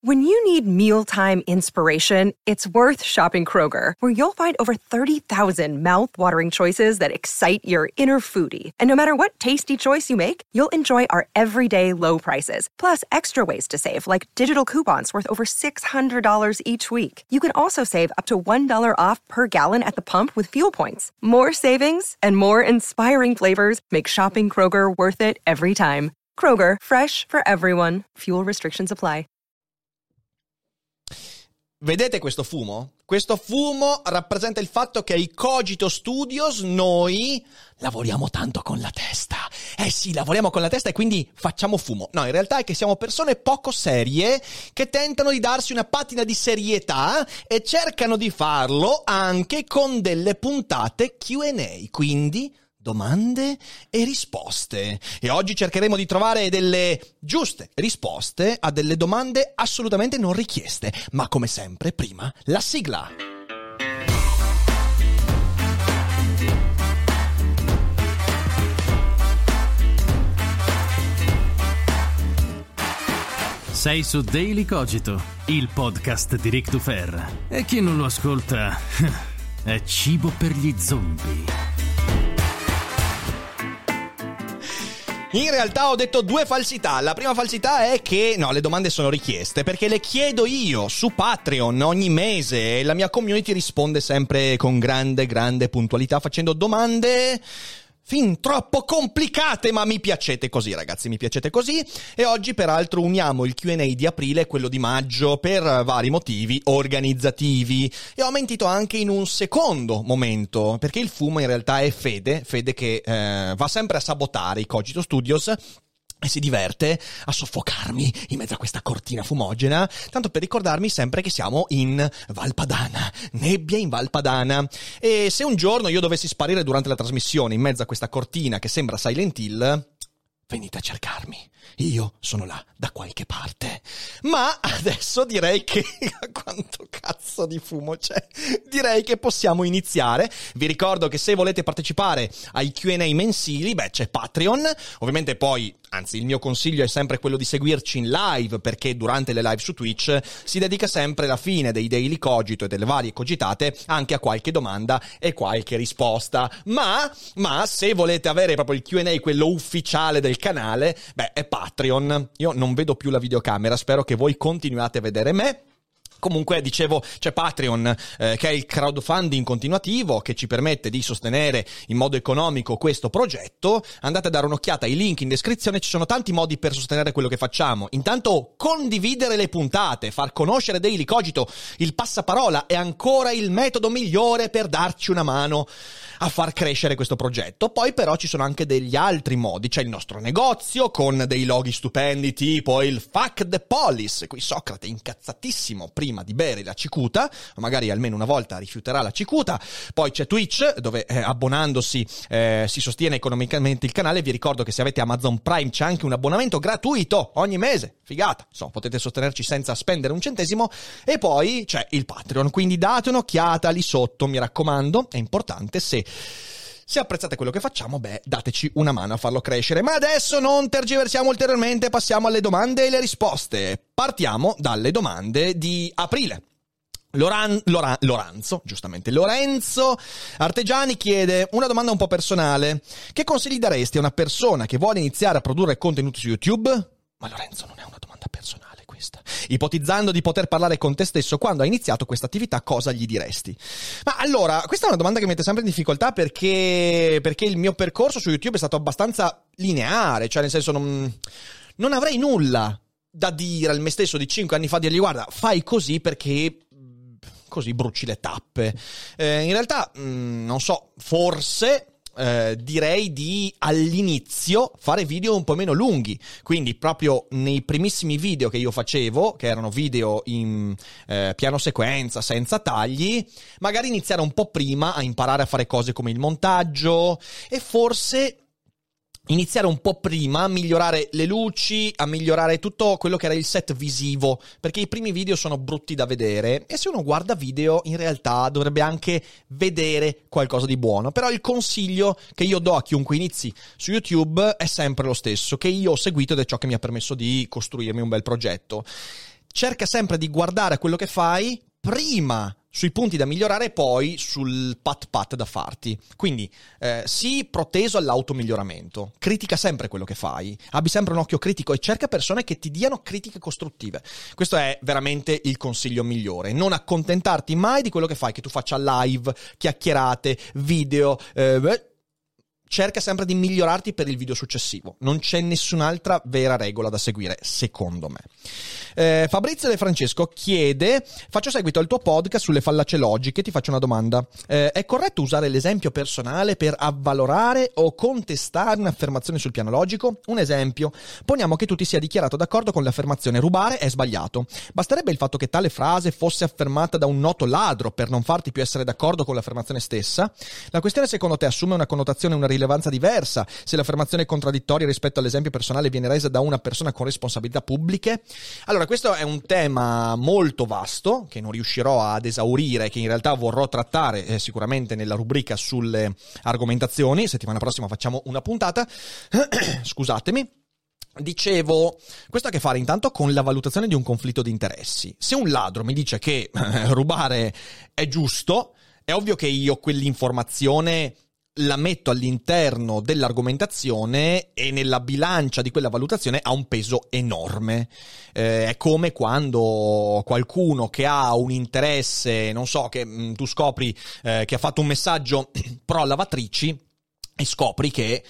When you need mealtime inspiration, it's worth shopping Kroger, where you'll find over 30,000 mouth-watering choices that excite your inner foodie. And no matter what tasty choice you make, you'll enjoy our everyday low prices, plus extra ways to save, like digital coupons worth over $600 each week. You can also save up to $1 off per gallon at the pump with fuel points. More savings and more inspiring flavors make shopping Kroger worth it every time. Kroger, fresh for everyone. Fuel restrictions apply. Vedete questo fumo? Questo fumo rappresenta il fatto che ai Cogito Studios noi lavoriamo tanto con la testa. Sì, lavoriamo con la testa e quindi facciamo fumo. No, in realtà è che siamo persone poco serie che tentano di darsi una patina di serietà e cercano di farlo anche con delle puntate Q&A, quindi domande e risposte. E oggi cercheremo di trovare delle giuste risposte a delle domande assolutamente non richieste. Ma come sempre, prima la sigla. Sei su Daily Cogito, il podcast di Ric Dufer. E chi non lo ascolta è cibo per gli zombie. In realtà ho detto due falsità. La prima falsità è che no, le domande sono richieste perché le chiedo io su Patreon ogni mese e la mia community risponde sempre con grande puntualità facendo domande fin troppo complicate, ma mi piacete così, ragazzi, mi piacete così. E oggi peraltro uniamo il Q&A di aprile e quello di maggio per vari motivi organizzativi. E ho mentito anche in un secondo momento, perché il fumo in realtà è Fede che va sempre a sabotare i Cogito Studios e si diverte a soffocarmi in mezzo a questa cortina fumogena, tanto per ricordarmi sempre che siamo in Valpadana, nebbia in Valpadana. E se un giorno io dovessi sparire durante la trasmissione in mezzo a questa cortina che sembra Silent Hill, venite a cercarmi, io sono là da qualche parte. Ma adesso direi che quanto cazzo di fumo c'è, direi che possiamo iniziare. Vi ricordo che se volete partecipare ai Q&A mensili, c'è Patreon. Ovviamente poi, anzi, il mio consiglio è sempre quello di seguirci in live, perché durante le live su Twitch si dedica sempre la fine dei Daily Cogito e delle varie cogitate anche a qualche domanda e qualche risposta. Ma se volete avere proprio il Q&A, quello ufficiale del canale, è Patreon. Io non vedo più la videocamera, spero che voi continuate a vedere me. Comunque, dicevo, c'è Patreon, che è il crowdfunding continuativo che ci permette di sostenere in modo economico questo progetto. Andate a dare un'occhiata ai link in descrizione, ci sono tanti modi per sostenere quello che facciamo. Intanto, condividere le puntate, far conoscere Daily Cogito, il passaparola è ancora il metodo migliore per darci una mano a far crescere questo progetto. Poi però ci sono anche degli altri modi, c'è il nostro negozio con dei loghi stupendi tipo il Fuck the Police, qui Socrate incazzatissimo prima di bere la cicuta, magari almeno una volta rifiuterà la cicuta. Poi c'è Twitch, dove abbonandosi si sostiene economicamente il canale. Vi ricordo che se avete Amazon Prime c'è anche un abbonamento gratuito ogni mese, figata, potete sostenerci senza spendere un centesimo. E poi c'è il Patreon, quindi date un'occhiata lì sotto, mi raccomando, è importante. Se apprezzate quello che facciamo, dateci una mano a farlo crescere. Ma adesso non tergiversiamo ulteriormente, passiamo alle domande e le risposte. Partiamo dalle domande di aprile. Lorenzo Artegiani chiede una domanda un po' personale. Che consigli daresti a una persona che vuole iniziare a produrre contenuti su YouTube? Ma Lorenzo, non è una domanda personale questa. Ipotizzando di poter parlare con te stesso quando hai iniziato questa attività, cosa gli diresti? Ma allora, questa è una domanda che mi mette sempre in difficoltà perché il mio percorso su YouTube è stato abbastanza lineare, cioè nel senso non avrei nulla da dire al me stesso di 5 anni fa, dirgli guarda, fai così perché così bruci le tappe. In realtà, non so, forse direi di all'inizio fare video un po' meno lunghi, quindi proprio nei primissimi video che io facevo, che erano video in piano sequenza senza tagli, magari iniziare un po' prima a imparare a fare cose come il montaggio e forse iniziare un po' prima a migliorare le luci, a migliorare tutto quello che era il set visivo, perché i primi video sono brutti da vedere e se uno guarda video in realtà dovrebbe anche vedere qualcosa di buono. Però il consiglio che io do a chiunque inizi su YouTube è sempre lo stesso, che io ho seguito ed è ciò che mi ha permesso di costruirmi un bel progetto. cerca sempre di guardare a quello che fai prima sui punti da migliorare e poi sul pat da farti. Quindi sii proteso all'automiglioramento, critica sempre quello che fai, abbi sempre un occhio critico e cerca persone che ti diano critiche costruttive. Questo è veramente il consiglio migliore. Non accontentarti mai di quello che fai, che tu faccia live, chiacchierate, video, cerca sempre di migliorarti per il video successivo. Non c'è nessun'altra vera regola da seguire, secondo me. Fabrizio De Francesco chiede: faccio seguito al tuo podcast sulle fallacie logiche, ti faccio una domanda. È corretto usare l'esempio personale per avvalorare o contestare un'affermazione sul piano logico? Un esempio: poniamo che tu ti sia dichiarato d'accordo con l'affermazione rubare è sbagliato. Basterebbe il fatto che tale frase fosse affermata da un noto ladro per non farti più essere d'accordo con l'affermazione stessa? La questione secondo te assume una connotazione, una rilevanza diversa se l'affermazione contraddittoria rispetto all'esempio personale viene resa da una persona con responsabilità pubbliche? Allora, questo è un tema molto vasto che non riuscirò ad esaurire, che in realtà vorrò trattare sicuramente nella rubrica sulle argomentazioni. Settimana prossima facciamo una puntata. Scusatemi. Dicevo, questo ha a che fare intanto con la valutazione di un conflitto di interessi. Se un ladro mi dice che rubare è giusto, è ovvio che io quell'informazione la metto all'interno dell'argomentazione e nella bilancia di quella valutazione ha un peso enorme. È come quando qualcuno che ha un interesse, non so, che tu scopri che ha fatto un messaggio pro lavatrici e scopri che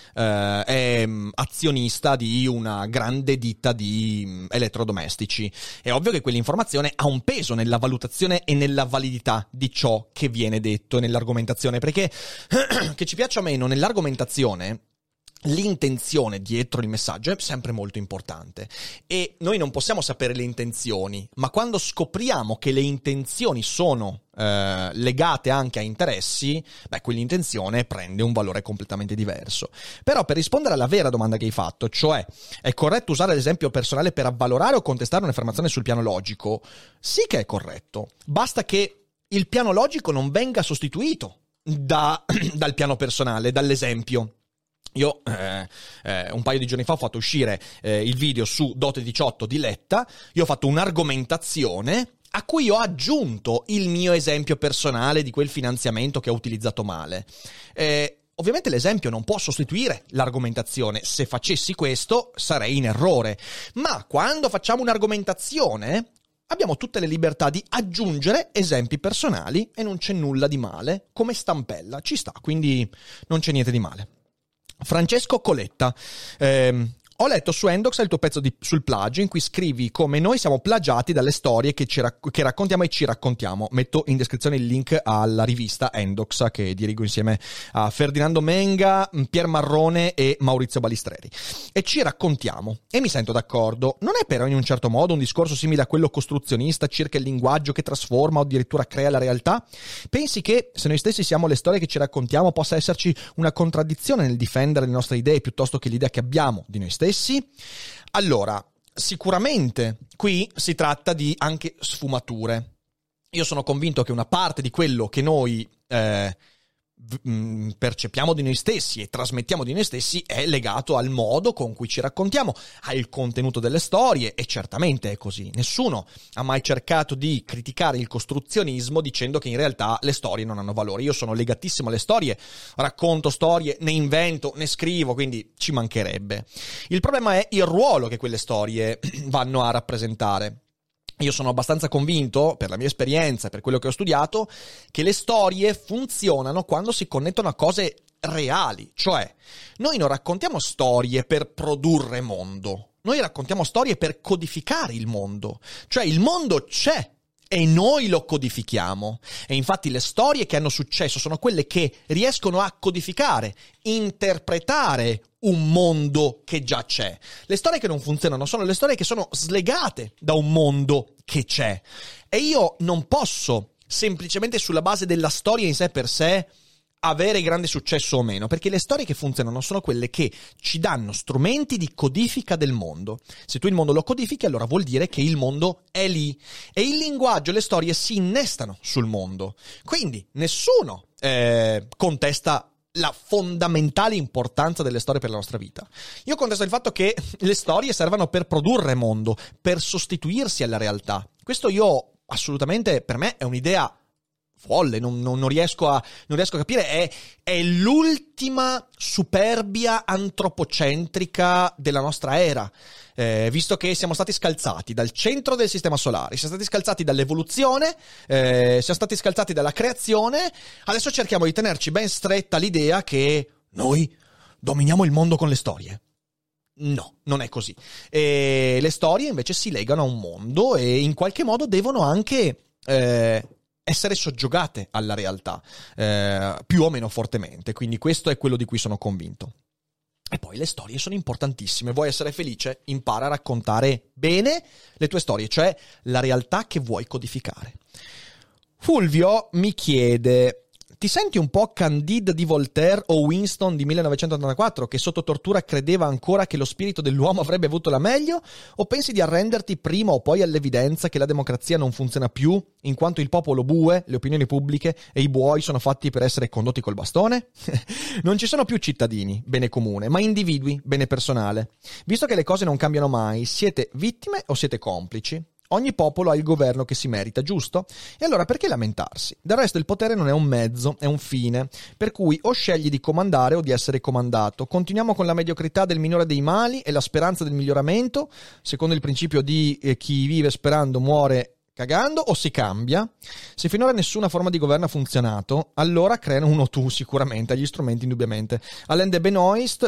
è azionista di una grande ditta di elettrodomestici. È ovvio che quell'informazione ha un peso nella valutazione e nella validità di ciò che viene detto nell'argomentazione, perché che ci piaccia o meno, nell'argomentazione l'intenzione dietro il messaggio è sempre molto importante e noi non possiamo sapere le intenzioni, ma quando scopriamo che le intenzioni sono legate anche a interessi, quell'intenzione prende un valore completamente diverso. Però per rispondere alla vera domanda che hai fatto, cioè è corretto usare l'esempio personale per avvalorare o contestare un'affermazione sul piano logico? Sì che è corretto, basta che il piano logico non venga sostituito dal piano personale, dall'esempio. Io un paio di giorni fa ho fatto uscire il video su Dote 18 di Letta. Io ho fatto un'argomentazione a cui ho aggiunto il mio esempio personale di quel finanziamento che ho utilizzato male. Ovviamente l'esempio non può sostituire l'argomentazione. Se facessi questo sarei in errore. Ma quando facciamo un'argomentazione abbiamo tutte le libertà di aggiungere esempi personali e non c'è nulla di male. Come stampella ci sta, quindi non c'è niente di male. Francesco Coletta, ho letto su Endox il tuo pezzo sul plagio in cui scrivi come noi siamo plagiati dalle storie che raccontiamo e ci raccontiamo. Metto in descrizione il link alla rivista Endox che dirigo insieme a Ferdinando Menga, Pier Marrone e Maurizio Balistreri. E ci raccontiamo. E mi sento d'accordo. Non è però in un certo modo un discorso simile a quello costruzionista circa il linguaggio che trasforma o addirittura crea la realtà? Pensi che se noi stessi siamo le storie che ci raccontiamo possa esserci una contraddizione nel difendere le nostre idee piuttosto che l'idea che abbiamo di noi stessi? Allora, sicuramente qui si tratta di anche sfumature. Io sono convinto che una parte di quello che noi percepiamo di noi stessi e trasmettiamo di noi stessi è legato al modo con cui ci raccontiamo, al contenuto delle storie, e certamente è così. Nessuno ha mai cercato di criticare il costruzionismo dicendo che in realtà le storie non hanno valore. Io sono legatissimo alle storie, racconto storie, ne invento, ne scrivo, quindi ci mancherebbe. Il problema è il ruolo che quelle storie vanno a rappresentare. Io sono abbastanza convinto, per la mia esperienza e per quello che ho studiato, che le storie funzionano quando si connettono a cose reali. Cioè, noi non raccontiamo storie per produrre mondo, noi raccontiamo storie per codificare il mondo. Cioè, il mondo c'è e noi lo codifichiamo. E infatti le storie che hanno successo sono quelle che riescono a codificare, interpretare un mondo che già c'è. Le storie che non funzionano sono le storie che sono slegate da un mondo che c'è. E io non posso semplicemente sulla base della storia in sé per sé avere grande successo o meno, perché le storie che funzionano sono quelle che ci danno strumenti di codifica del mondo. Se tu il mondo lo codifichi, allora vuol dire che il mondo è lì. E il linguaggio, le storie si innestano sul mondo. Quindi nessuno contesta la fondamentale importanza delle storie per la nostra vita. Io contesto il fatto che le storie servano per produrre mondo, per sostituirsi alla realtà. Questo io assolutamente, per me è un'idea folle, non riesco a capire, è l'ultima superbia antropocentrica della nostra era. Visto che siamo stati scalzati dal centro del sistema solare, siamo stati scalzati dall'evoluzione, siamo stati scalzati dalla creazione, adesso cerchiamo di tenerci ben stretta l'idea che noi dominiamo il mondo con le storie. No, non è così. Le storie invece si legano a un mondo e in qualche modo devono anche essere soggiogate alla realtà, più o meno fortemente. Quindi questo è quello di cui sono convinto. E poi le storie sono importantissime. Vuoi essere felice? Impara a raccontare bene le tue storie, cioè la realtà che vuoi codificare. Fulvio mi chiede: ti senti un po' Candide di Voltaire o Winston di 1984, che sotto tortura credeva ancora che lo spirito dell'uomo avrebbe avuto la meglio? O pensi di arrenderti prima o poi all'evidenza che la democrazia non funziona più, in quanto il popolo bue, le opinioni pubbliche e i buoi sono fatti per essere condotti col bastone? Non ci sono più cittadini, bene comune, ma individui, bene personale. Visto che le cose non cambiano mai, siete vittime o siete complici? Ogni popolo ha il governo che si merita, giusto? E allora perché lamentarsi? Del resto il potere non è un mezzo, è un fine, per cui o scegli di comandare o di essere comandato. Continuiamo con la mediocrità del minore dei mali e la speranza del miglioramento, secondo il principio di chi vive sperando muore cagando, o si cambia? Se finora nessuna forma di governo ha funzionato, allora creano uno tu sicuramente, agli strumenti indubbiamente. Alain de Benoist,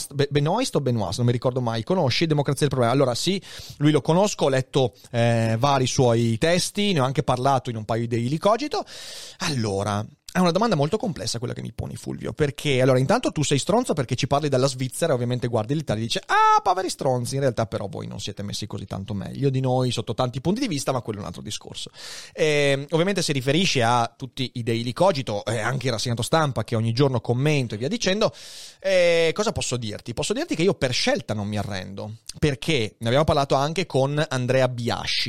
non mi ricordo mai, conosci Democrazia del Problema? Allora sì, lui lo conosco, ho letto vari suoi testi, ne ho anche parlato in un paio di Daily Cogito. Allora, è una domanda molto complessa quella che mi poni, Fulvio, perché allora intanto tu sei stronzo perché ci parli dalla Svizzera e ovviamente guardi l'Italia e dici poveri stronzi, in realtà però voi non siete messi così tanto meglio di noi sotto tanti punti di vista, ma quello è un altro discorso. Ovviamente si riferisce a tutti i Daily Cogito e anche il rassegnato stampa che ogni giorno commento e via dicendo. Cosa posso dirti? Posso dirti che io per scelta non mi arrendo, perché ne abbiamo parlato anche con Andrea Biasci.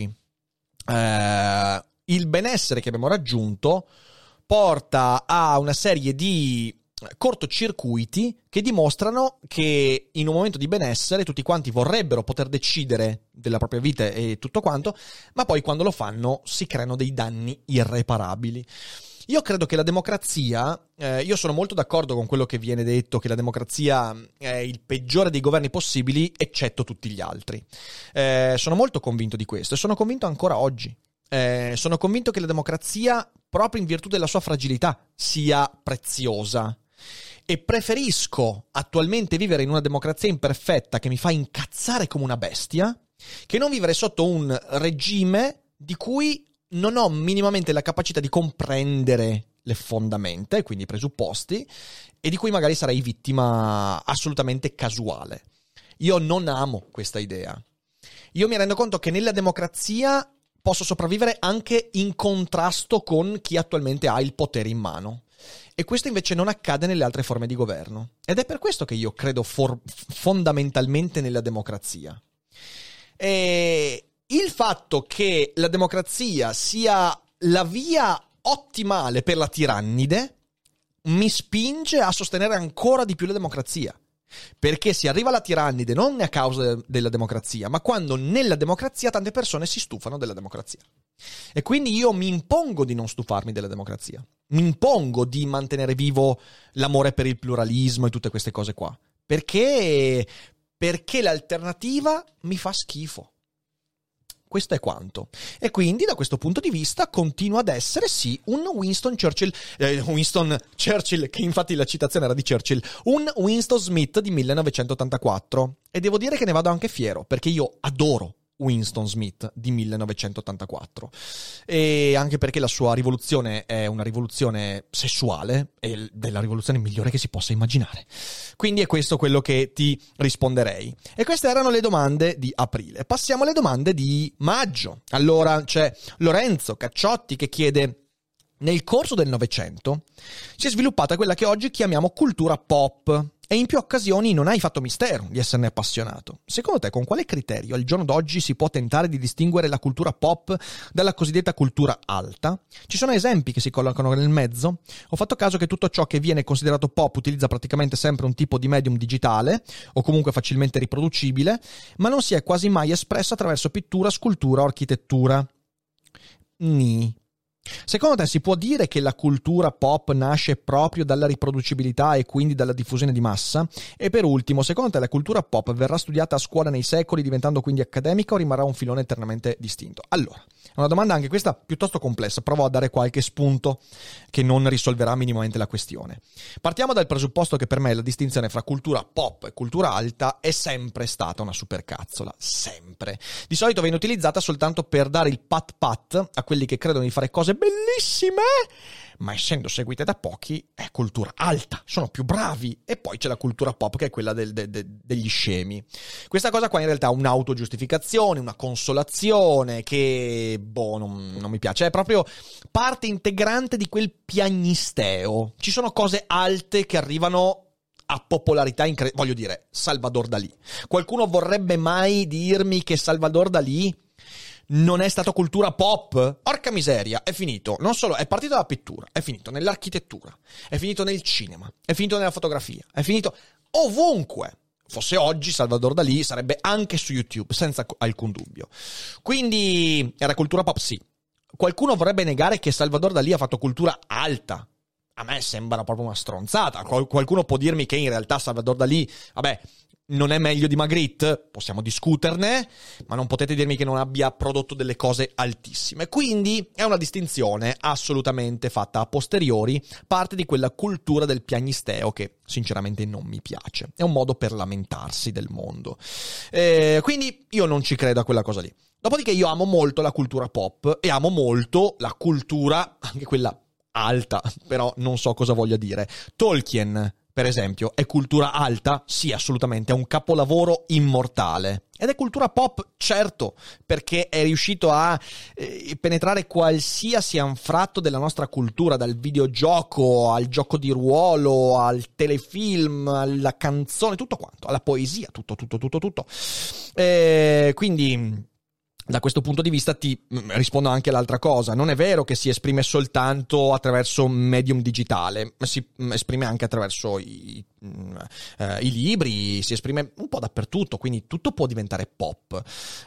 Il benessere che abbiamo raggiunto porta a una serie di cortocircuiti che dimostrano che in un momento di benessere tutti quanti vorrebbero poter decidere della propria vita e tutto quanto, ma poi quando lo fanno si creano dei danni irreparabili. Io credo che la democrazia, io sono molto d'accordo con quello che viene detto, che la democrazia è il peggiore dei governi possibili, eccetto tutti gli altri. Sono molto convinto di questo e sono convinto ancora oggi. Sono convinto che la democrazia, proprio in virtù della sua fragilità, sia preziosa. E preferisco attualmente vivere in una democrazia imperfetta che mi fa incazzare come una bestia, che non vivere sotto un regime di cui non ho minimamente la capacità di comprendere le fondamenta, e quindi i presupposti, e di cui magari sarei vittima assolutamente casuale. Io non amo questa idea. Io mi rendo conto che nella democrazia posso sopravvivere anche in contrasto con chi attualmente ha il potere in mano. E questo invece non accade nelle altre forme di governo. Ed è per questo che io credo fondamentalmente nella democrazia. E il fatto che la democrazia sia la via ottimale per la tirannide mi spinge a sostenere ancora di più la democrazia. Perché si arriva alla tirannide non a causa della democrazia, ma quando nella democrazia tante persone si stufano della democrazia. E quindi io mi impongo di non stufarmi della democrazia. Mi impongo di mantenere vivo l'amore per il pluralismo e tutte queste cose qua. Perché l'alternativa mi fa schifo. Questo è quanto. E quindi, da questo punto di vista, continua ad essere, sì, un Winston Churchill, che infatti la citazione era di Churchill, un Winston Smith di 1984. E devo dire che ne vado anche fiero, perché io adoro Winston Smith di 1984, e anche perché la sua rivoluzione è una rivoluzione sessuale e della rivoluzione migliore che si possa immaginare. Quindi è questo quello che ti risponderei. E queste erano le domande di aprile. Passiamo alle domande di maggio. Allora c'è Lorenzo Cacciotti che chiede: nel corso del Novecento si è sviluppata quella che oggi chiamiamo cultura pop, e in più occasioni non hai fatto mistero di esserne appassionato. Secondo te, con quale criterio al giorno d'oggi si può tentare di distinguere la cultura pop dalla cosiddetta cultura alta? Ci sono esempi che si collocano nel mezzo? Ho fatto caso che tutto ciò che viene considerato pop utilizza praticamente sempre un tipo di medium digitale, o comunque facilmente riproducibile, ma non si è quasi mai espresso attraverso pittura, scultura o architettura. Secondo te si può dire che la cultura pop nasce proprio dalla riproducibilità e quindi dalla diffusione di massa? E per ultimo, secondo te la cultura pop verrà studiata a scuola nei secoli, diventando quindi accademica, o rimarrà un filone eternamente distinto? Allora, è una domanda anche questa piuttosto complessa, provo a dare qualche spunto che non risolverà minimamente la questione. Partiamo dal presupposto che per me la distinzione fra cultura pop e cultura alta è sempre stata una supercazzola, sempre. Di solito viene utilizzata soltanto per dare il pat a quelli che credono di fare cose bellissime, ma essendo seguite da pochi è cultura alta, sono più bravi. E poi c'è la cultura pop, che è quella degli scemi. Questa cosa qua in realtà è un'autogiustificazione, una consolazione che non mi piace, è proprio parte integrante di quel piagnisteo. Ci sono cose alte che arrivano a popolarità voglio dire, Salvador Dalì. Qualcuno vorrebbe mai dirmi che Salvador Dalì non è stato cultura pop? Porca miseria, è finito. Non solo, è partito dalla pittura, è finito nell'architettura, è finito nel cinema, è finito nella fotografia, è finito ovunque. Fosse oggi, Salvador Dalì sarebbe anche su YouTube, senza alcun dubbio. Quindi era cultura pop, sì. Qualcuno vorrebbe negare che Salvador Dalì ha fatto cultura alta. A me sembra proprio una stronzata. Qualcuno può dirmi che in realtà Salvador Dalì, non è meglio di Magritte, possiamo discuterne, ma non potete dirmi che non abbia prodotto delle cose altissime. Quindi è una distinzione assolutamente fatta a posteriori, parte di quella cultura del piagnisteo che sinceramente non mi piace. È un modo per lamentarsi del mondo. Quindi io non ci credo a quella cosa lì. Dopodiché io amo molto la cultura pop e amo molto la cultura, anche quella alta, però non so cosa voglia dire. Tolkien, per esempio, è cultura alta? Sì, assolutamente, è un capolavoro immortale. Ed è cultura pop, certo, perché è riuscito a penetrare qualsiasi anfratto della nostra cultura, dal videogioco al gioco di ruolo, al telefilm, alla canzone, tutto quanto, alla poesia, tutto. Quindi da questo punto di vista ti rispondo anche all'altra cosa. Non è vero che si esprime soltanto attraverso medium digitale, si esprime anche attraverso i libri, si esprime un po' dappertutto, quindi tutto può diventare pop.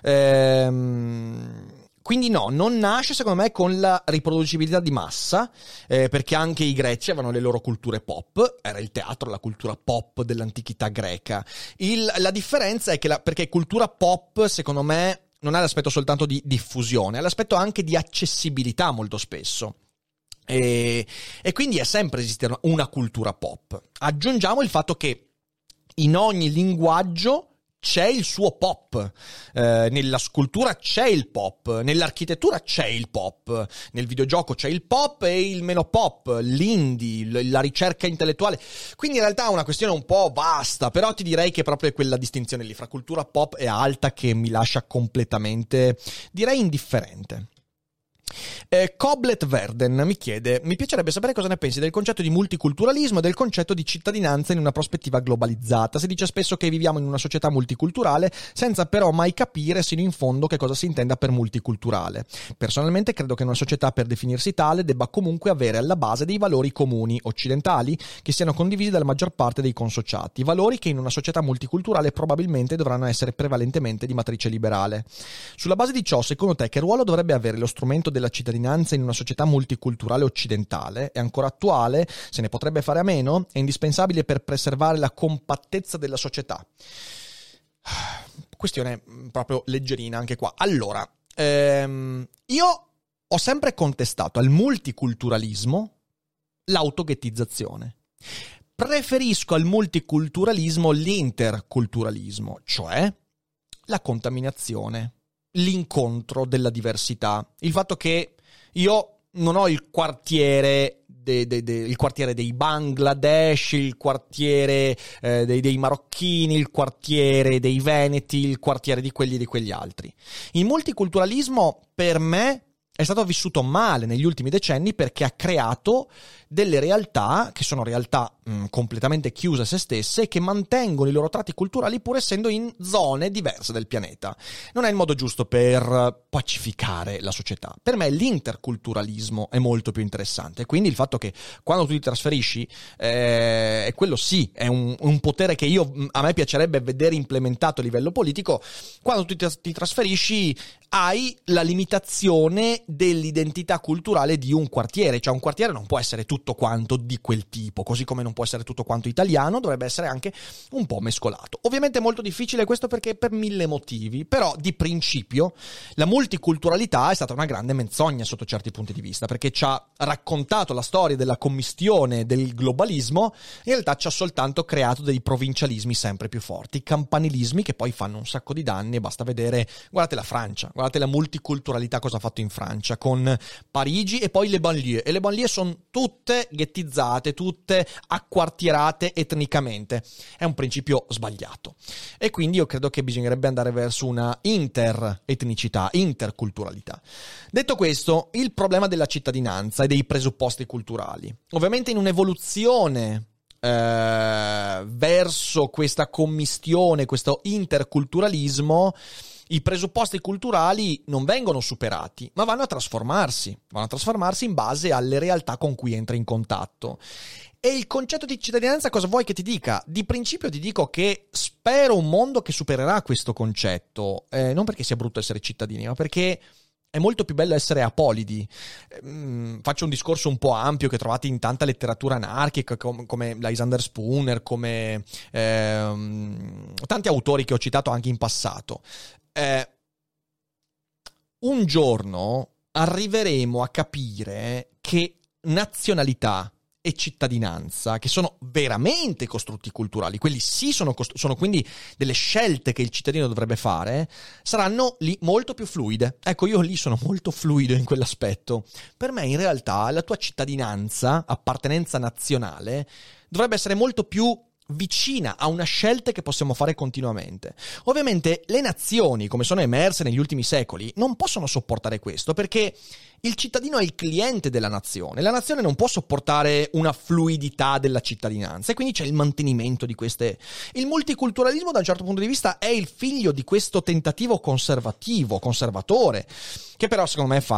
Quindi no, non nasce secondo me con la riproducibilità di massa, perché anche i greci avevano le loro culture pop, era il teatro la cultura pop dell'antichità greca. La differenza è che perché cultura pop secondo me non ha l'aspetto soltanto di diffusione, ha l'aspetto anche di accessibilità molto spesso. E quindi è sempre esistita una cultura pop. Aggiungiamo il fatto che in ogni linguaggio c'è il suo pop, nella scultura c'è il pop, nell'architettura c'è il pop, nel videogioco c'è il pop e il meno pop, l'indie, la ricerca intellettuale. Quindi in realtà è una questione un po' vasta, però ti direi che proprio è quella distinzione lì fra cultura pop e alta che mi lascia completamente, direi, indifferente. Coblet Verden mi chiede: mi piacerebbe sapere cosa ne pensi del concetto di multiculturalismo e del concetto di cittadinanza in una prospettiva globalizzata. Si dice spesso che viviamo in una società multiculturale senza però mai capire sino in fondo che cosa si intenda per multiculturale. Personalmente credo che una società, per definirsi tale, debba comunque avere alla base dei valori comuni occidentali che siano condivisi dalla maggior parte dei consociati, valori che in una società multiculturale probabilmente dovranno essere prevalentemente di matrice liberale. Sulla base di ciò, secondo te che ruolo dovrebbe avere lo strumento della cittadinanza in una società multiculturale occidentale? È ancora attuale? Se ne potrebbe fare a meno? È indispensabile per preservare la compattezza della società? Questione proprio leggerina anche qua. Allora, io ho sempre contestato al multiculturalismo l'autoghettizzazione. Preferisco al multiculturalismo l'interculturalismo, cioè la contaminazione, l'incontro della diversità, il fatto che io non ho il quartiere il quartiere dei Bangladesh, il quartiere dei marocchini, il quartiere dei veneti, il quartiere di quelli e di quegli altri. Il multiculturalismo per me è stato vissuto male negli ultimi decenni perché ha creato delle realtà che sono realtà completamente chiuse a se stesse e che mantengono i loro tratti culturali pur essendo in zone diverse del pianeta. Non è il modo giusto per pacificare la società. Per me l'interculturalismo è molto più interessante, quindi il fatto che quando tu ti trasferisci, quello sì, è un potere che a me piacerebbe vedere implementato a livello politico. Quando tu ti trasferisci hai la limitazione dell'identità culturale di un quartiere, cioè un quartiere non può essere tutto quanto di quel tipo, così come non può essere tutto quanto italiano, dovrebbe essere anche un po' mescolato. Ovviamente è molto difficile questo perché per 1000 motivi, però di principio la multiculturalità è stata una grande menzogna sotto certi punti di vista, perché ci ha raccontato la storia della commistione del globalismo, in realtà ci ha soltanto creato dei provincialismi sempre più forti, campanilismi che poi fanno un sacco di danni e basta vedere, guardate la Francia, guardate la multiculturalità cosa ha fatto in Francia con Parigi e poi le banlieue, e le banlieue sono tutte ghettizzate, tutte acquartierate etnicamente. È un principio sbagliato e quindi io credo che bisognerebbe andare verso una interetnicità, interculturalità. Detto questo, il problema della cittadinanza e dei presupposti culturali. Ovviamente in un'evoluzione verso questa commistione, questo interculturalismo, i presupposti culturali non vengono superati, ma vanno a trasformarsi in base alle realtà con cui entri in contatto. E il concetto di cittadinanza cosa vuoi che ti dica? Di principio ti dico che spero un mondo che supererà questo concetto, non perché sia brutto essere cittadini, ma perché è molto più bello essere apolidi. Faccio un discorso un po' ampio che trovate in tanta letteratura anarchica come Lysander Spooner, come tanti autori che ho citato anche in passato. Un giorno arriveremo a capire che nazionalità e cittadinanza, che sono veramente costrutti culturali, quelli sì sono quindi delle scelte che il cittadino dovrebbe fare, saranno lì molto più fluide. Ecco, io lì sono molto fluido in quell'aspetto. Per me in realtà la tua cittadinanza, appartenenza nazionale, dovrebbe essere molto più vicina a una scelta che possiamo fare continuamente. Ovviamente le nazioni, come sono emerse negli ultimi secoli, non possono sopportare questo perché il cittadino è il cliente della nazione. La nazione non può sopportare una fluidità della cittadinanza e quindi c'è il mantenimento di queste. Il multiculturalismo da un certo punto di vista è il figlio di questo tentativo conservatore, che però secondo me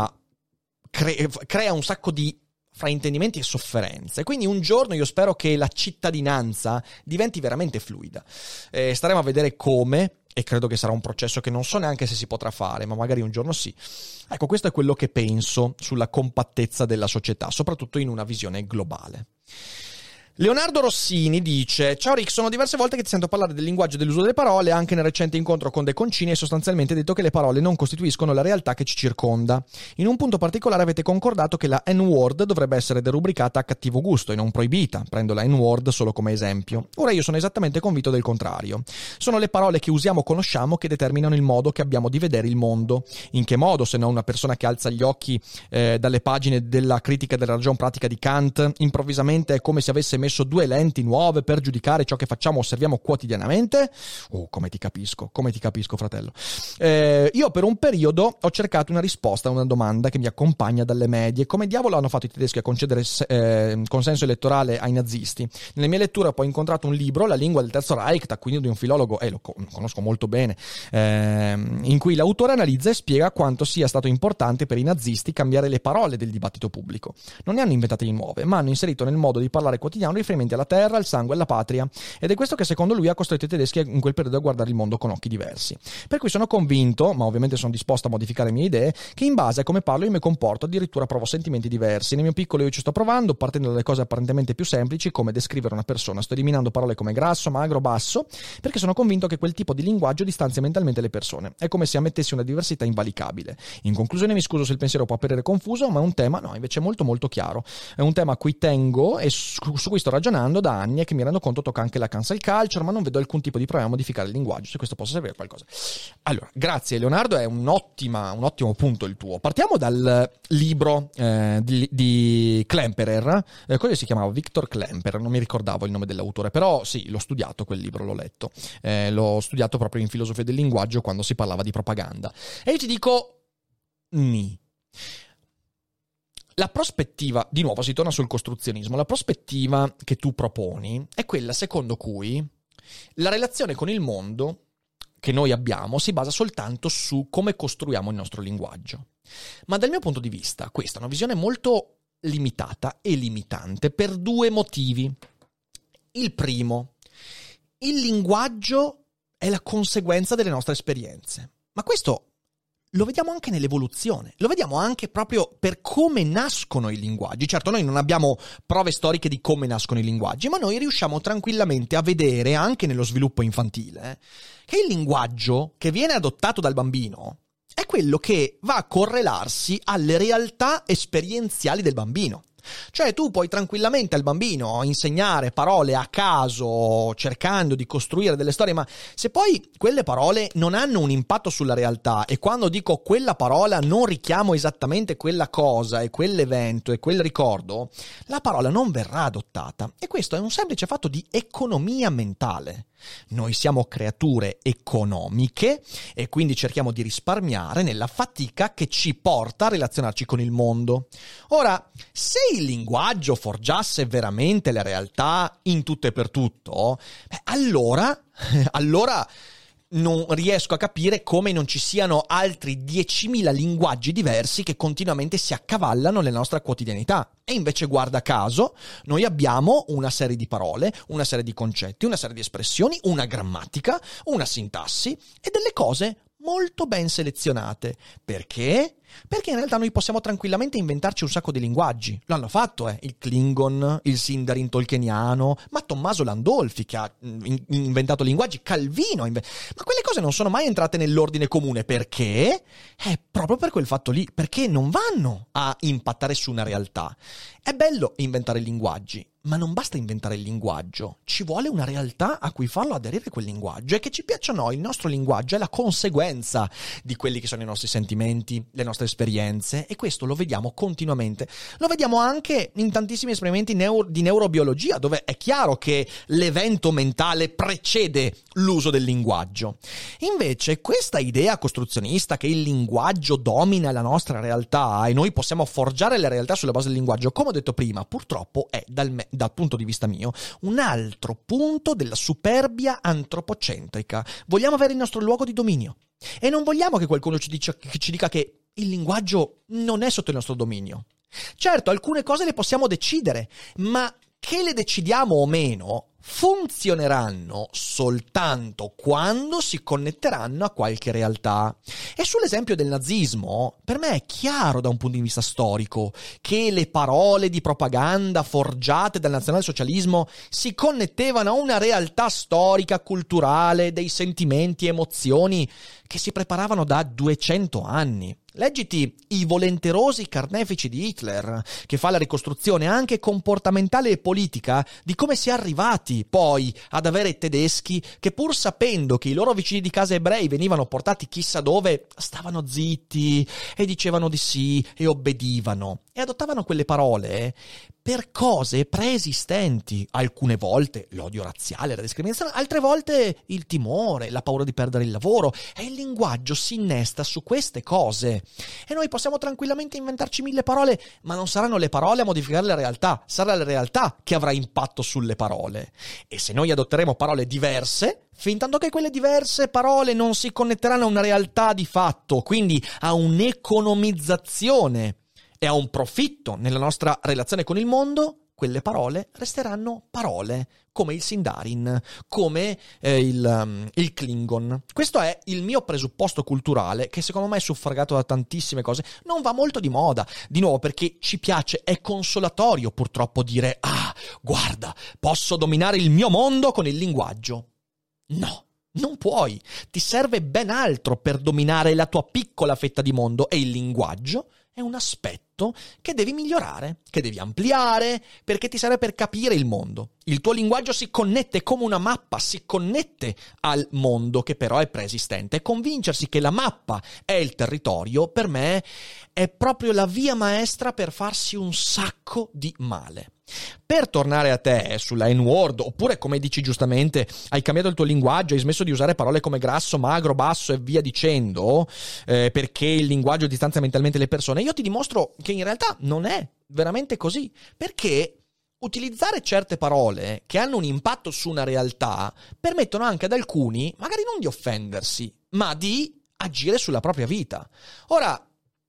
crea un sacco di fraintendimenti e sofferenze. Quindi un giorno io spero che la cittadinanza diventi veramente fluida. Staremo a vedere come, e credo che sarà un processo che non so neanche se si potrà fare, ma magari un giorno sì. Ecco, questo è quello che penso sulla compattezza della società, soprattutto in una visione globale. Leonardo Rossini dice: ciao Rick, sono diverse volte che ti sento parlare del linguaggio e dell'uso delle parole, anche nel recente incontro con De Concini hai sostanzialmente detto che le parole non costituiscono la realtà che ci circonda. In un punto particolare avete concordato che la N-word dovrebbe essere derubricata a cattivo gusto e non proibita. Prendo la N-word solo come esempio. Ora io sono esattamente convinto del contrario. Sono le parole che usiamo o conosciamo che determinano il modo che abbiamo di vedere il mondo. In che modo, se no una persona che alza gli occhi dalle pagine della critica della ragion pratica di Kant, improvvisamente è come se avesse messo 2 lenti nuove per giudicare ciò che facciamo o osserviamo quotidianamente? Oh, come ti capisco, fratello. Io per un periodo ho cercato una risposta a una domanda che mi accompagna dalle medie. Come diavolo hanno fatto i tedeschi a concedere consenso elettorale ai nazisti? Nelle mie letture ho poi incontrato un libro, La lingua del Terzo Reich, da quindi di un filologo, lo conosco molto bene, in cui l'autore analizza e spiega quanto sia stato importante per i nazisti cambiare le parole del dibattito pubblico. Non ne hanno inventate di nuove, ma hanno inserito nel modo di parlare quotidiano riferimenti alla terra, al sangue, alla patria, ed è questo che secondo lui ha costretto i tedeschi in quel periodo a guardare il mondo con occhi diversi. Per cui sono convinto, ma ovviamente sono disposto a modificare le mie idee, che in base a come parlo io mi comporto addirittura provo sentimenti diversi. Nel mio piccolo io ci sto provando, partendo dalle cose apparentemente più semplici come descrivere una persona. Sto eliminando parole come grasso, magro, basso, perché sono convinto che quel tipo di linguaggio distanzia mentalmente le persone. È come se ammettessi una diversità invalicabile. In conclusione mi scuso se il pensiero può apparire confuso, ma è un tema, no, invece è molto molto chiaro. È un tema a cui tengo e su cui sto ragionando da anni e che mi rendo conto tocca anche la cancel culture, ma non vedo alcun tipo di problema a modificare il linguaggio, se questo possa servire a qualcosa. Allora, grazie Leonardo, è un ottimo punto il tuo. Partiamo dal libro di Klemperer, quello si chiamava Viktor Klemperer, non mi ricordavo il nome dell'autore, però sì, l'ho studiato quel libro, l'ho letto, l'ho studiato proprio in filosofia del linguaggio quando si parlava di propaganda. E io ti dico, la prospettiva, di nuovo si torna sul costruzionismo, la prospettiva che tu proponi è quella secondo cui la relazione con il mondo che noi abbiamo si basa soltanto su come costruiamo il nostro linguaggio. Ma dal mio punto di vista questa è una visione molto limitata e limitante per due motivi. Il primo, il linguaggio è la conseguenza delle nostre esperienze, ma questo lo vediamo anche nell'evoluzione, lo vediamo anche proprio per come nascono i linguaggi. Certo, noi non abbiamo prove storiche di come nascono i linguaggi, ma noi riusciamo tranquillamente a vedere, anche nello sviluppo infantile, che il linguaggio che viene adottato dal bambino è quello che va a correlarsi alle realtà esperienziali del bambino. Cioè tu puoi tranquillamente al bambino insegnare parole a caso, cercando di costruire delle storie, ma se poi quelle parole non hanno un impatto sulla realtà, e quando dico quella parola non richiamo esattamente quella cosa e quell'evento e quel ricordo, la parola non verrà adottata. E questo è un semplice fatto di economia mentale. Noi siamo creature economiche e quindi cerchiamo di risparmiare nella fatica che ci porta a relazionarci con il mondo. Ora, se il linguaggio forgiasse veramente la realtà in tutto e per tutto, allora non riesco a capire come non ci siano altri 10.000 linguaggi diversi che continuamente si accavallano nella nostra quotidianità. E invece, guarda caso, noi abbiamo una serie di parole, una serie di concetti, una serie di espressioni, una grammatica, una sintassi e delle cose molto ben selezionate. Perché? Perché in realtà noi possiamo tranquillamente inventarci un sacco di linguaggi. Lo hanno fatto, il Klingon, il Sindarin tolkieniano, ma Tommaso Landolfi che ha inventato linguaggi, Calvino, ma quelle cose non sono mai entrate nell'ordine comune. Perché? Proprio per quel fatto lì, perché non vanno a impattare su una realtà. È bello inventare linguaggi, ma non basta inventare il linguaggio, ci vuole una realtà a cui farlo aderire quel linguaggio. E che ci piaccia o no, il nostro linguaggio è la conseguenza di quelli che sono i nostri sentimenti, le nostre esperienze, e questo lo vediamo continuamente. Lo vediamo anche in tantissimi esperimenti di neurobiologia, dove è chiaro che l'evento mentale precede l'uso del linguaggio. Invece questa idea costruzionista che il linguaggio domina la nostra realtà e noi possiamo forgiare la realtà sulla base del linguaggio, come ho detto prima, purtroppo è dal punto di vista mio un altro punto della superbia antropocentrica. Vogliamo avere il nostro luogo di dominio e non vogliamo che qualcuno ci dica che il linguaggio non è sotto il nostro dominio. Certo, alcune cose le possiamo decidere, ma che le decidiamo o meno funzioneranno soltanto quando si connetteranno a qualche realtà. E sull'esempio del nazismo, per me è chiaro da un punto di vista storico che le parole di propaganda forgiate dal nazionalsocialismo si connettevano a una realtà storica, culturale, dei sentimenti e emozioni che si preparavano da 200 anni. Leggiti I volenterosi carnefici di Hitler, che fa la ricostruzione anche comportamentale e politica di come si è arrivati poi ad avere tedeschi che, pur sapendo che i loro vicini di casa ebrei venivano portati chissà dove, stavano zitti e dicevano di sì e obbedivano e adottavano quelle parole per cose preesistenti. Alcune volte l'odio razziale, la discriminazione, altre volte il timore, la paura di perdere il lavoro, e il linguaggio si innesta su queste cose. E noi possiamo tranquillamente inventarci 1000 parole, ma non saranno le parole a modificare la realtà, sarà la realtà che avrà impatto sulle parole. E se noi adotteremo parole diverse, fintanto che quelle diverse parole non si connetteranno a una realtà di fatto, quindi a un'economizzazione e a un profitto nella nostra relazione con il mondo, quelle parole resteranno parole, come il Sindarin, come il Klingon. Questo è il mio presupposto culturale, che secondo me è suffragato da tantissime cose. Non va molto di moda, di nuovo, perché ci piace, è consolatorio purtroppo dire guarda, posso dominare il mio mondo con il linguaggio. No, non puoi. Ti serve ben altro per dominare la tua piccola fetta di mondo, e il linguaggio è un aspetto che devi migliorare, che devi ampliare, perché ti serve per capire il mondo. Il tuo linguaggio si connette come una mappa, si connette al mondo che però è preesistente. E convincersi che la mappa è il territorio, per me, è proprio la via maestra per farsi un sacco di male. Per tornare a te sulla N-word, oppure come dici giustamente, hai cambiato il tuo linguaggio, hai smesso di usare parole come grasso, magro, basso e via dicendo, perché il linguaggio distanzia mentalmente le persone, io ti dimostro che in realtà non è veramente così, perché utilizzare certe parole che hanno un impatto su una realtà permettono anche ad alcuni, magari non di offendersi, ma di agire sulla propria vita. Ora,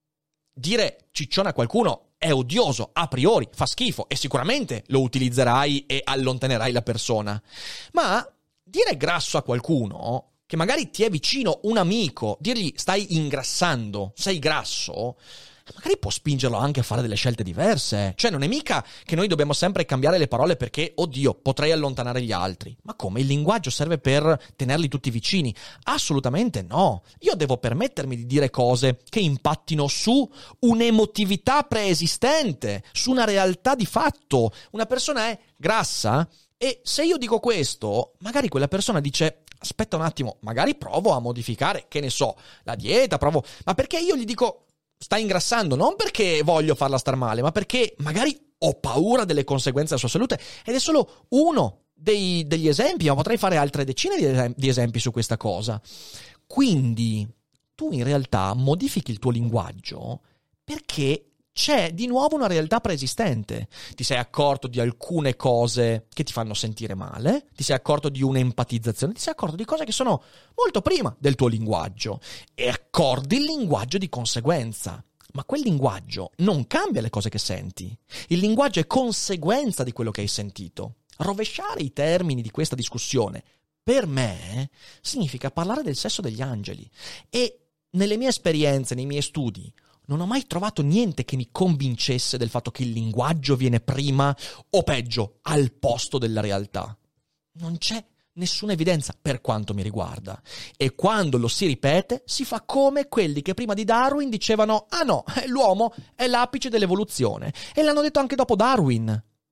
dire ciccione a qualcuno è odioso, a priori, fa schifo e sicuramente lo utilizzerai e allontanerai la persona. Ma dire grasso a qualcuno, che magari ti è vicino, un amico, dirgli stai ingrassando, sei grasso, magari può spingerlo anche a fare delle scelte diverse. Cioè non è mica che noi dobbiamo sempre cambiare le parole perché, oddio, potrei allontanare gli altri. Ma come? Il linguaggio serve per tenerli tutti vicini? Assolutamente no. Io devo permettermi di dire cose che impattino su un'emotività preesistente, su una realtà di fatto. Una persona è grassa e se io dico questo, magari quella persona dice aspetta un attimo, magari provo a modificare, che ne so, la dieta, ma perché io gli dico sta ingrassando, non perché voglio farla star male, ma perché magari ho paura delle conseguenze della sua salute. Ed è solo uno degli esempi, ma potrei fare altre decine di esempi su questa cosa. Quindi tu in realtà modifichi il tuo linguaggio perché c'è di nuovo una realtà preesistente. Ti sei accorto di alcune cose che ti fanno sentire male, ti sei accorto di un'empatizzazione, ti sei accorto di cose che sono molto prima del tuo linguaggio e accordi il linguaggio di conseguenza. Ma quel linguaggio non cambia le cose che senti. Il linguaggio è conseguenza di quello che hai sentito. Rovesciare i termini di questa discussione, per me, significa parlare del sesso degli angeli. E nelle mie esperienze, nei miei studi, non ho mai trovato niente che mi convincesse del fatto che il linguaggio viene prima o peggio, al posto della realtà. Non c'è nessuna evidenza per quanto mi riguarda. E quando lo si ripete, si fa come quelli che prima di Darwin dicevano «Ah no, l'uomo è l'apice dell'evoluzione». E l'hanno detto anche dopo Darwin.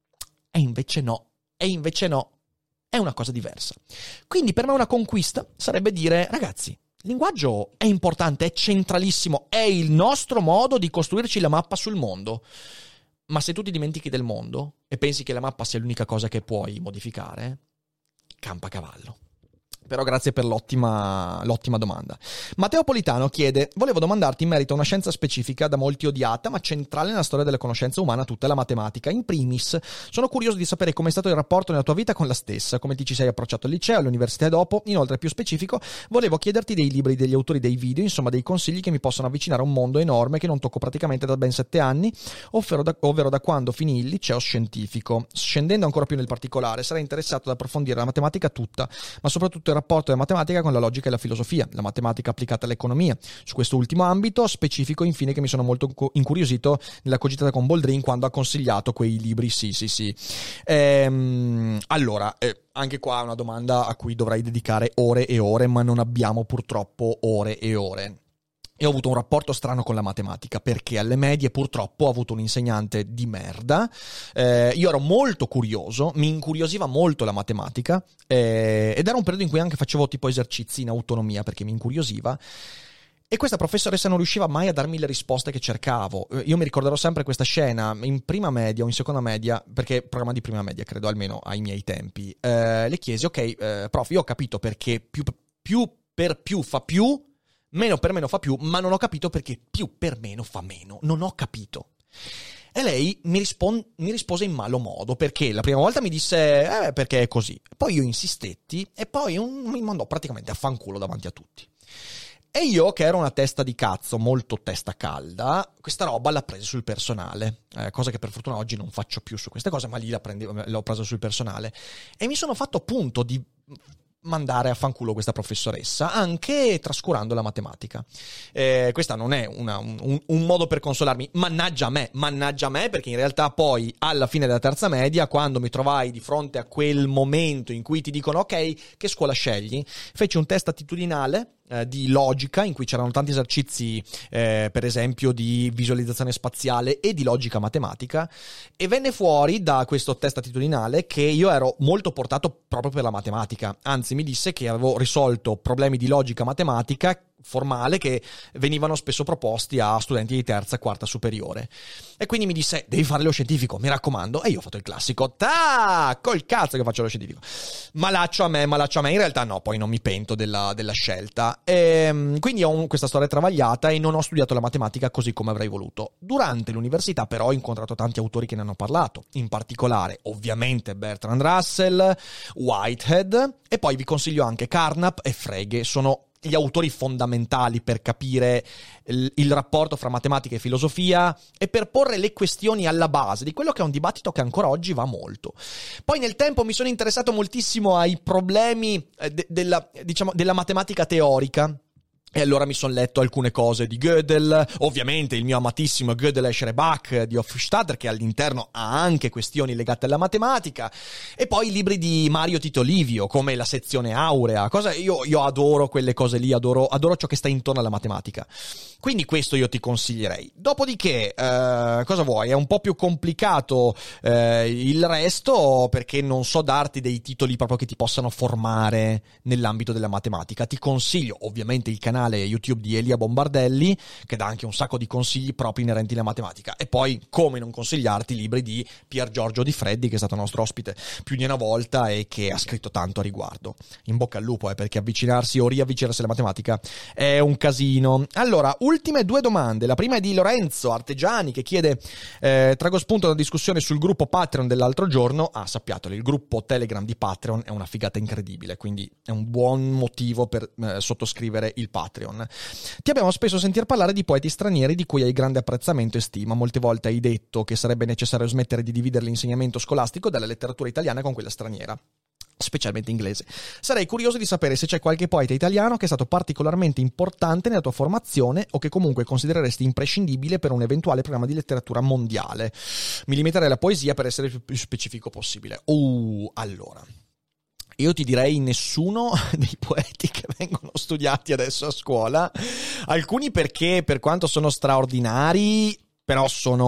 E invece no. È una cosa diversa. Quindi per me una conquista sarebbe dire «Ragazzi, il linguaggio è importante, è centralissimo, è il nostro modo di costruirci la mappa sul mondo. Ma se tu ti dimentichi del mondo e pensi che la mappa sia l'unica cosa che puoi modificare, campa a cavallo». Però grazie per l'ottima domanda. Matteo Politano chiede: volevo domandarti in merito a una scienza specifica da molti odiata ma centrale nella storia della conoscenza umana, tutta la matematica. In primis, sono curioso di sapere come è stato il rapporto nella tua vita con la stessa, come ti ci sei approcciato al liceo, all'università e dopo. Inoltre, più specifico, volevo chiederti dei libri, degli autori, dei video, insomma dei consigli che mi possono avvicinare a un mondo enorme che non tocco praticamente da ben 7 anni, ovvero da quando finì il liceo scientifico. Scendendo ancora più nel particolare, sarei interessato ad approfondire la matematica tutta, ma soprattutto il rapporto della matematica con la logica e la filosofia, la matematica applicata all'economia. Su questo ultimo ambito specifico, infine, che mi sono molto incuriosito nella cogitata con Boldrin quando ha consigliato quei libri. Sì. Allora, anche qua è una domanda a cui dovrei dedicare ore e ore, ma non abbiamo purtroppo ore e ore. E ho avuto un rapporto strano con la matematica, perché alle medie purtroppo ho avuto un insegnante di merda. Io ero molto curioso, mi incuriosiva molto la matematica, ed era un periodo in cui anche facevo tipo esercizi in autonomia perché mi incuriosiva. E questa professoressa non riusciva mai a darmi le risposte che cercavo. Io mi ricorderò sempre questa scena in prima media o in seconda media, perché programma di prima media credo, almeno ai miei tempi. Le chiesi: ok, prof, io ho capito perché più per più fa più, meno per meno fa più, ma non ho capito perché più per meno fa meno. Non ho capito. E lei mi rispose in malo modo, perché la prima volta mi disse perché è così. Poi io insistetti e poi mi mandò praticamente a fanculo davanti a tutti. E io, che ero una testa di cazzo, molto testa calda, questa roba l'ha presa sul personale, cosa che per fortuna oggi non faccio più su queste cose, ma lì l'ho presa sul personale. E mi sono fatto appunto di mandare a fanculo questa professoressa, anche trascurando la matematica. Questa non è un modo per consolarmi, mannaggia a me, perché in realtà poi alla fine della terza media, quando mi trovai di fronte a quel momento in cui ti dicono ok, che scuola scegli, feci un test attitudinale di logica in cui c'erano tanti esercizi, per esempio di visualizzazione spaziale e di logica matematica, e venne fuori da questo test attitudinale che io ero molto portato proprio per la matematica. Anzi, mi disse che avevo risolto problemi di logica matematica formale che venivano spesso proposti a studenti di terza e quarta superiore. E quindi mi disse: devi fare lo scientifico, mi raccomando. E io ho fatto il classico, col cazzo che faccio lo scientifico. Malaccio a me. In realtà no, poi non mi pento della scelta. Quindi ho questa storia travagliata e non ho studiato la matematica così come avrei voluto. Durante l'università però ho incontrato tanti autori che ne hanno parlato, in particolare ovviamente Bertrand Russell, Whitehead, e poi vi consiglio anche Carnap e Frege. Sono gli autori fondamentali per capire il rapporto fra matematica e filosofia e per porre le questioni alla base di quello che è un dibattito che ancora oggi va molto. Poi nel tempo mi sono interessato moltissimo ai problemi della matematica teorica. E allora mi sono letto alcune cose di Gödel, ovviamente il mio amatissimo Gödel Escher Bach di Hofstadter, che all'interno ha anche questioni legate alla matematica, e poi i libri di Mario Tito Livio, come La sezione aurea. Io adoro quelle cose lì, adoro ciò che sta intorno alla matematica. Quindi questo io ti consiglierei. Dopodiché, cosa vuoi? È un po' più complicato il resto, perché non so darti dei titoli proprio che ti possano formare nell'ambito della matematica. Ti consiglio ovviamente il canale YouTube di Elia Bombardelli, che dà anche un sacco di consigli proprio inerenti alla matematica, e poi come non consigliarti i libri di Pier Giorgio Di Freddi, che è stato nostro ospite più di una volta e che ha scritto tanto a riguardo. In bocca al lupo, perché avvicinarsi o riavvicinarsi alla matematica è un casino. Allora, ultime due domande. La prima è di Lorenzo Artegiani, che chiede: trago spunto da una discussione sul gruppo Patreon dell'altro giorno. Sappiatelo, il gruppo Telegram di Patreon è una figata incredibile, quindi è un buon motivo per sottoscrivere il Patreon. Ti abbiamo spesso sentir parlare di poeti stranieri di cui hai grande apprezzamento e stima. Molte volte hai detto che sarebbe necessario smettere di dividere l'insegnamento scolastico dalla letteratura italiana con quella straniera, specialmente inglese. Sarei curioso di sapere se c'è qualche poeta italiano che è stato particolarmente importante nella tua formazione o che comunque considereresti imprescindibile per un eventuale programma di letteratura mondiale. Mi limiterei alla poesia per essere il più specifico possibile. Allora, io ti direi nessuno dei poeti che vengono studiati adesso a scuola. Alcuni perché, per quanto sono straordinari, però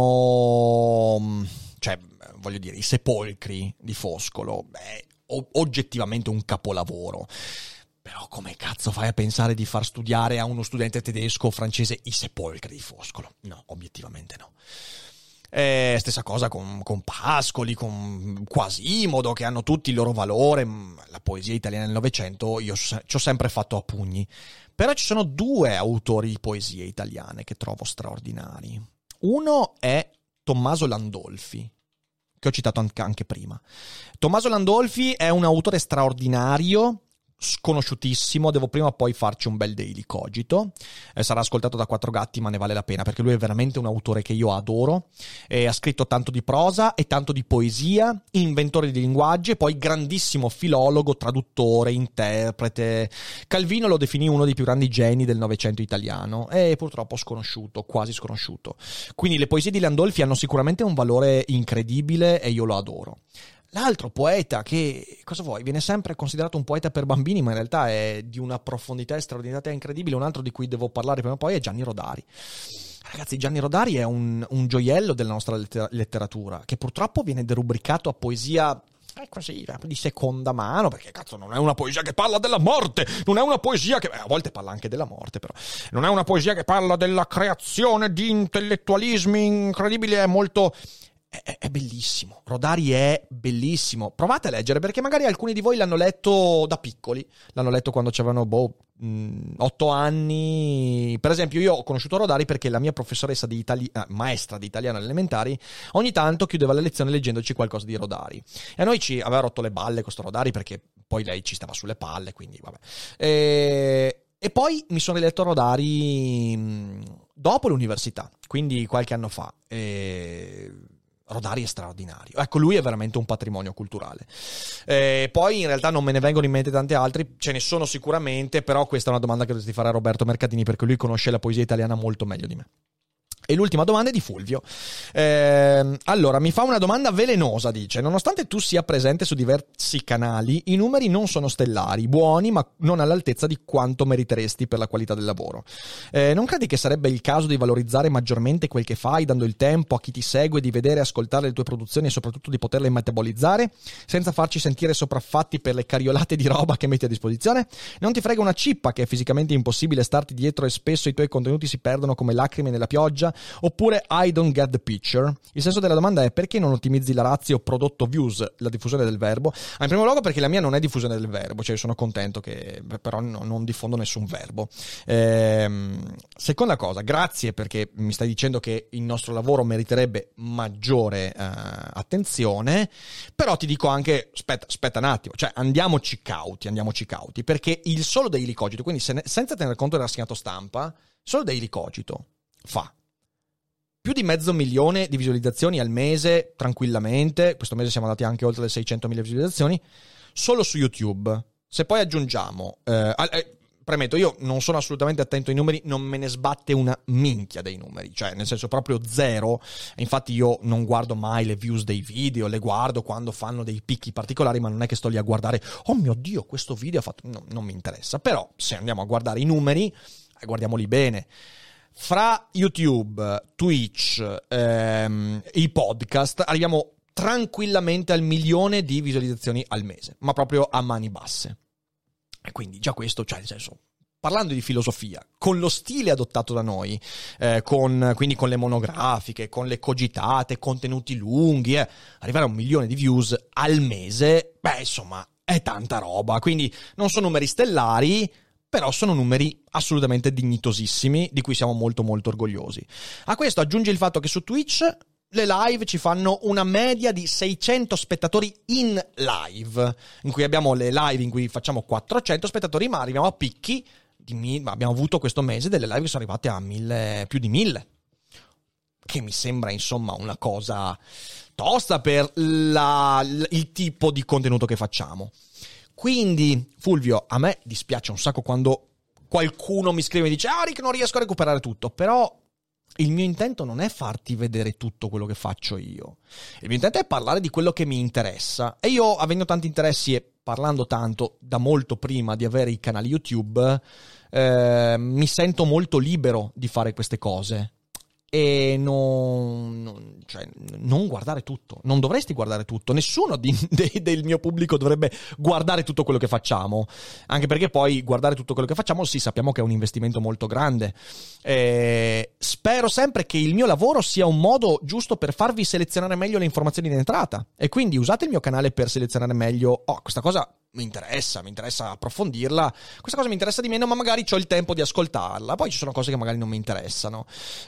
sono, voglio dire, i Sepolcri di Foscolo, oggettivamente un capolavoro. Però come cazzo fai a pensare di far studiare a uno studente tedesco o francese i Sepolcri di Foscolo? No, obiettivamente no. Stessa cosa con Pascoli, con Quasimodo, che hanno tutti il loro valore. La poesia italiana del Novecento io ci ho sempre fatto a pugni. Però ci sono due autori di poesie italiane che trovo straordinari. Uno è Tommaso Landolfi, che ho citato anche prima. Tommaso Landolfi è un autore straordinario, sconosciutissimo. Devo prima o poi farci un bel Daily Cogito. Sarà ascoltato da quattro gatti, ma ne vale la pena, perché lui è veramente un autore che io adoro. Ha scritto tanto di prosa e tanto di poesia, inventore di linguaggi e poi grandissimo filologo, traduttore, interprete. Calvino lo definì uno dei più grandi geni del Novecento italiano e purtroppo sconosciuto, quasi sconosciuto. Quindi le poesie di Landolfi hanno sicuramente un valore incredibile e io lo adoro. L'altro poeta che, cosa vuoi, viene sempre considerato un poeta per bambini, ma in realtà è di una profondità e straordinarietà incredibile, un altro di cui devo parlare prima o poi è Gianni Rodari. Ragazzi, Gianni Rodari è un gioiello della nostra letteratura, che purtroppo viene derubricato a poesia così, di seconda mano, perché cazzo non è una poesia che parla della morte, non è una poesia che, a volte parla anche della morte, però non è una poesia che parla della creazione di intellettualismi incredibili, è molto... È bellissimo, Rodari è bellissimo. Provate a leggere, perché magari alcuni di voi l'hanno letto da piccoli, l'hanno letto quando c'erano 8 anni. Per esempio, io ho conosciuto Rodari perché la mia professoressa di maestra di italiano alle elementari ogni tanto chiudeva le lezioni leggendoci qualcosa di Rodari, e a noi ci aveva rotto le balle questo Rodari, perché poi lei ci stava sulle palle, quindi vabbè. E poi mi sono riletto Rodari dopo l'università, quindi qualche anno fa. Rodari è straordinario. Ecco, lui è veramente un patrimonio culturale. Poi in realtà non me ne vengono in mente tanti altri, ce ne sono sicuramente, però questa è una domanda che dovresti fare a Roberto Mercatini, perché lui conosce la poesia italiana molto meglio di me. E l'ultima domanda è di Fulvio. Allora, mi fa una domanda velenosa, dice: nonostante tu sia presente su diversi canali, i numeri non sono stellari, buoni, ma non all'altezza di quanto meriteresti per la qualità del lavoro. Non credi che sarebbe il caso di valorizzare maggiormente quel che fai, dando il tempo a chi ti segue di vedere e ascoltare le tue produzioni e soprattutto di poterle metabolizzare, senza farci sentire sopraffatti per le cariolate di roba che metti a disposizione? Non ti frega una cippa che è fisicamente impossibile starti dietro e spesso i tuoi contenuti si perdono come lacrime nella pioggia? Oppure I don't get the picture? Il senso della domanda è: perché non ottimizzi la ratio prodotto views, la diffusione del verbo? In primo luogo perché la mia non è diffusione del verbo, cioè sono contento che però non diffondo nessun verbo. Seconda cosa, grazie perché mi stai dicendo che il nostro lavoro meriterebbe maggiore attenzione, però ti dico anche aspetta un attimo, cioè andiamoci cauti, perché il solo Daily Cogito, quindi senza tener conto del rassegnato stampa, solo Daily Cogito fa più di 500.000 di visualizzazioni al mese tranquillamente. Questo mese siamo andati anche oltre le 600.000 visualizzazioni solo su YouTube. Se poi aggiungiamo premetto, io non sono assolutamente attento ai numeri, non me ne sbatte una minchia dei numeri, cioè nel senso proprio zero. Infatti io non guardo mai le views dei video, le guardo quando fanno dei picchi particolari, ma non è che sto lì a guardare oh mio Dio questo video ha fatto, no, non mi interessa. Però se andiamo a guardare i numeri, guardiamoli bene. Fra YouTube, Twitch, i podcast arriviamo tranquillamente al 1.000.000 di visualizzazioni al mese, ma proprio a mani basse. E quindi già questo, cioè nel senso, parlando di filosofia, con lo stile adottato da noi, quindi con le monografiche, con le cogitate, contenuti lunghi, arrivare a 1.000.000 di views al mese, beh insomma è tanta roba. Quindi non sono numeri stellari, però sono numeri assolutamente dignitosissimi, di cui siamo molto molto orgogliosi. A questo aggiungi il fatto che su Twitch le live ci fanno una media di 600 spettatori in live, in cui abbiamo le live in cui facciamo 400 spettatori, ma arriviamo a picchi di abbiamo avuto questo mese delle live che sono arrivate a 1.000, più di 1.000, che mi sembra insomma una cosa tosta per il tipo di contenuto che facciamo. Quindi, Fulvio, a me dispiace un sacco quando qualcuno mi scrive e dice Rick, non riesco a recuperare tutto, però il mio intento non è farti vedere tutto quello che faccio io. Il mio intento è parlare di quello che mi interessa. E io, avendo tanti interessi e parlando tanto da molto prima di avere i canali YouTube, mi sento molto libero di fare queste cose. E non guardare tutto. Non dovresti guardare tutto. Nessuno del mio pubblico dovrebbe guardare tutto quello che facciamo, anche perché poi guardare tutto quello che facciamo sì, sappiamo che è un investimento molto grande. Spero sempre che il mio lavoro sia un modo giusto per farvi selezionare meglio le informazioni in entrata, e quindi usate il mio canale per selezionare meglio questa cosa mi interessa approfondirla, questa cosa mi interessa di meno, ma magari ho il tempo di ascoltarla. Poi ci sono cose che magari non mi interessano,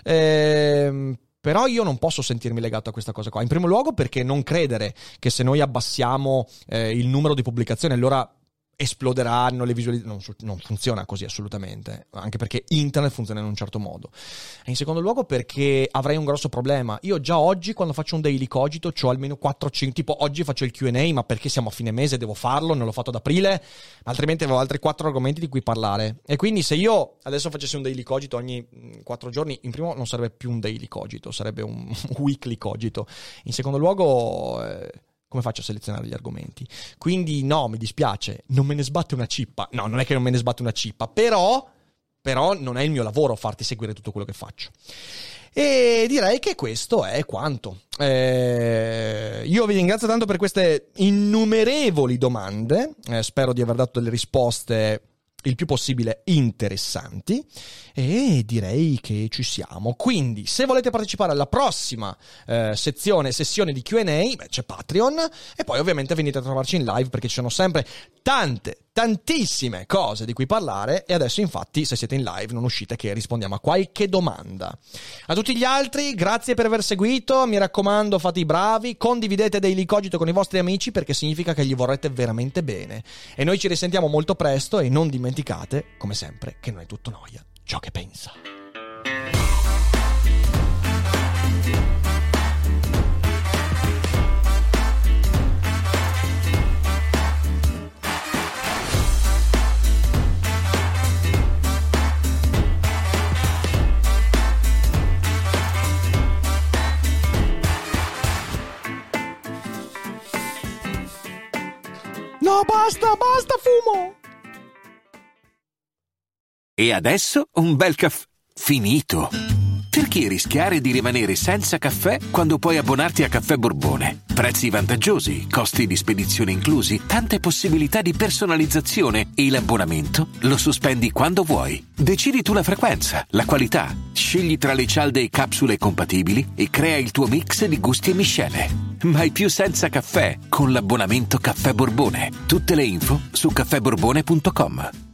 però io non posso sentirmi legato a questa cosa qua. In primo luogo perché non credere che se noi abbassiamo il numero di pubblicazioni allora esploderanno le visualizzazioni. Non funziona così assolutamente, anche perché internet funziona in un certo modo. E in secondo luogo perché avrei un grosso problema. Io già oggi quando faccio un Daily Cogito c'ho almeno 4-5, tipo oggi faccio il Q&A, ma perché siamo a fine mese, devo farlo, non l'ho fatto ad aprile, altrimenti avevo altri 4 argomenti di cui parlare. E quindi se io adesso facessi un Daily Cogito ogni 4 giorni, in primo non sarebbe più un Daily Cogito, sarebbe un Weekly Cogito. In secondo luogo come faccio a selezionare gli argomenti? Quindi no, mi dispiace, non me ne sbatte una cippa. No, non è che non me ne sbatte una cippa, però non è il mio lavoro farti seguire tutto quello che faccio. E direi che questo è quanto. Io vi ringrazio tanto per queste innumerevoli domande, spero di aver dato delle risposte il più possibile interessanti, e direi che ci siamo. Quindi se volete partecipare alla prossima sessione di Q&A, c'è Patreon, e poi ovviamente venite a trovarci in live perché ci sono sempre tantissime cose di cui parlare, e adesso infatti se siete in live non uscite che rispondiamo a qualche domanda. A tutti gli altri grazie per aver seguito, mi raccomando fate i bravi, condividete Daily Cogito con i vostri amici perché significa che gli vorrete veramente bene, e noi ci risentiamo molto presto, e non dimenticate come sempre che non è tutto noia ciò che pensa. basta fumo. E adesso un bel caffè finito. Perché rischiare di rimanere senza caffè quando puoi abbonarti a Caffè Borbone? Prezzi vantaggiosi, costi di spedizione inclusi, tante possibilità di personalizzazione e l'abbonamento lo sospendi quando vuoi. Decidi tu la frequenza, la qualità, scegli tra le cialde e capsule compatibili e crea il tuo mix di gusti e miscele. Mai più senza caffè con l'abbonamento Caffè Borbone. Tutte le info su caffèborbone.com.